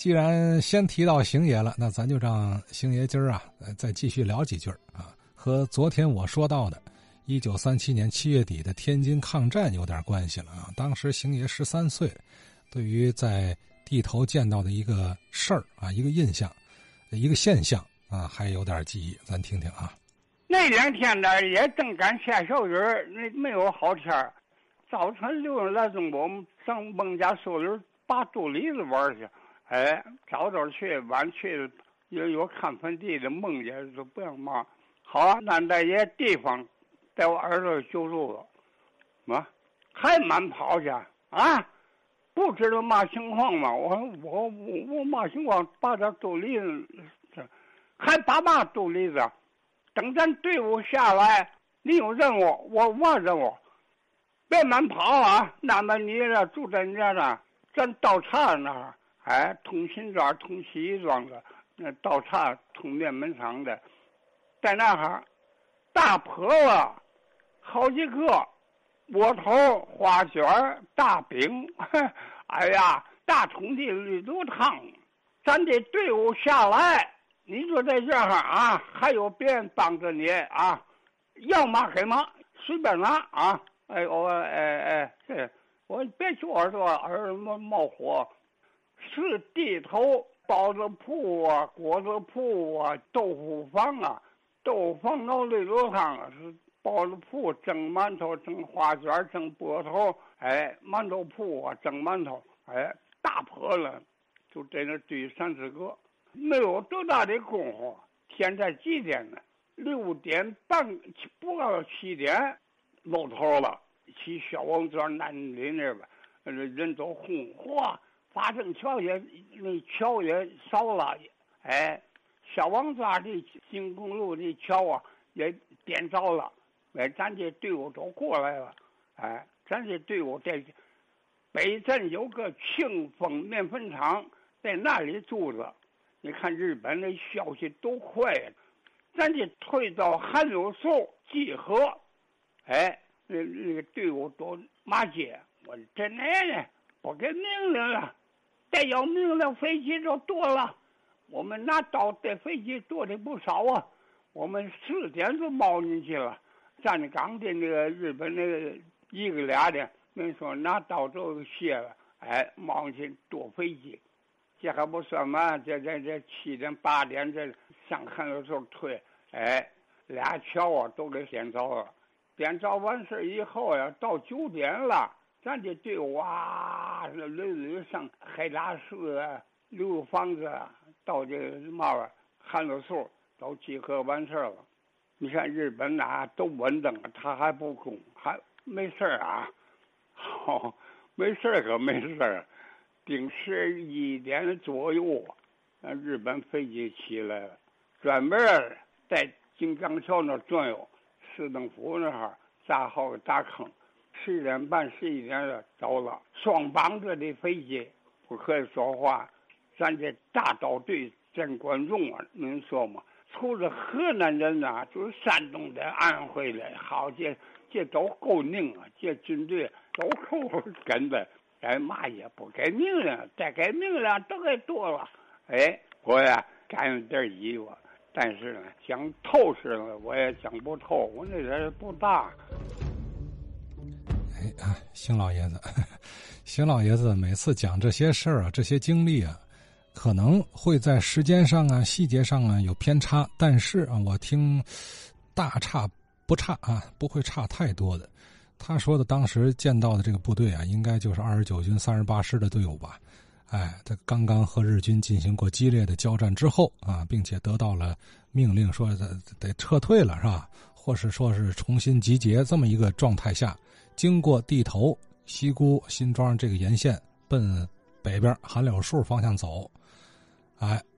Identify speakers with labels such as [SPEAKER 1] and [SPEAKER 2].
[SPEAKER 1] 既然先提到星爷了，那咱就让星爷今儿啊，再继续聊几句啊，和昨天我说到的1937年7月底的天津抗战有点关系了啊。当时星爷13岁，对于在地头见到的一个事儿啊，一个印象，一个现象啊，还有点记忆，咱听听啊。
[SPEAKER 2] 那2天呢，也正赶下小雨，那没有好天儿。早晨6点来钟，我们上孟家树林拔肚梨子玩去。早早去，晚去有看坟地的孟家就不让忙。好啊，那在些地方带我儿子救助了，啊，还慢跑去啊？不知道嘛情况吗？我嘛情况？拔点肚梨子，还拔嘛肚梨子？等咱队伍下来，你有任务，我任务，别慢跑啊！那么你这住在你这呢，咱倒茶那儿。通新庄、通洗衣庄的，那倒茶、通面门厂的，在那哈大坡了，好几个窝头、花卷、大饼，哎呀，大桶的绿豆汤。咱这队伍下来，你说在这儿啊，还有别人帮着你啊，要嘛给嘛，随便拿啊！我别去耳朵冒火。是地头包子铺啊，果子铺啊，豆腐坊啊，豆腐坊熬绿豆汤啊，是包子铺蒸馒头、蒸花卷、蒸菠头，馒头铺啊，蒸馒头，大坡了，就在那堆30个，没有多大的功夫。现在几点呢？6点半，不到7点，露头了，去消防庄南里那边，人都轰哗。法政桥那桥也少了，消防庄的新公路的桥啊也点着了，咱这队伍都过来了，咱这队伍在北镇有个庆丰面粉厂，在那里住着。你看日本的消息都快，咱这退到韩柳树集合，那个队伍都骂街，我这呢不给命令了。再要命令，飞机就多了。我们拿刀带飞机多的不少啊。我们4点就冒进去了。站岗的那个日本那个1个2的，没说拿刀就卸了。冒进去躲飞机。这还不算嘛，这7点8点这上岸的时候退，俩桥啊都给点着了。点着完事以后呀，到9点了。咱这队伍啊，屡上黑大树啊、溜房子啊，到这个嘛吧，韩柳树都集合完事了。你看日本啊，都稳当，他还不攻，还没事啊。没事可没事。定11点左右，日本飞机起来了，专门在金刚桥那转悠，市政府那儿炸好个大坑。10点半、11点了，走了。双帮着的飞机不可以说话。咱这大刀队真管用啊！您说嘛？除了河南人呐，就是山东的、安徽的，好这都够拧啊！这军队都够跟的，嘛也不给命令，再给命令都给多了。我呀干有点疑惑，但是呢，讲透视了我也讲不透，我那人不大。
[SPEAKER 1] 邢老爷子，邢老爷子每次讲这些事儿啊，这些经历啊，可能会在时间上啊、细节上啊有偏差，但是啊，我听大差不差啊，不会差太多的。他说的当时见到的这个部队啊，应该就是29军38师的队伍吧？他刚刚和日军进行过激烈的交战之后啊，并且得到了命令，说得撤退了，是吧？或是说是重新集结，这么一个状态下。经过地头、西沽、新庄这个沿线，奔北边韩柳树方向走，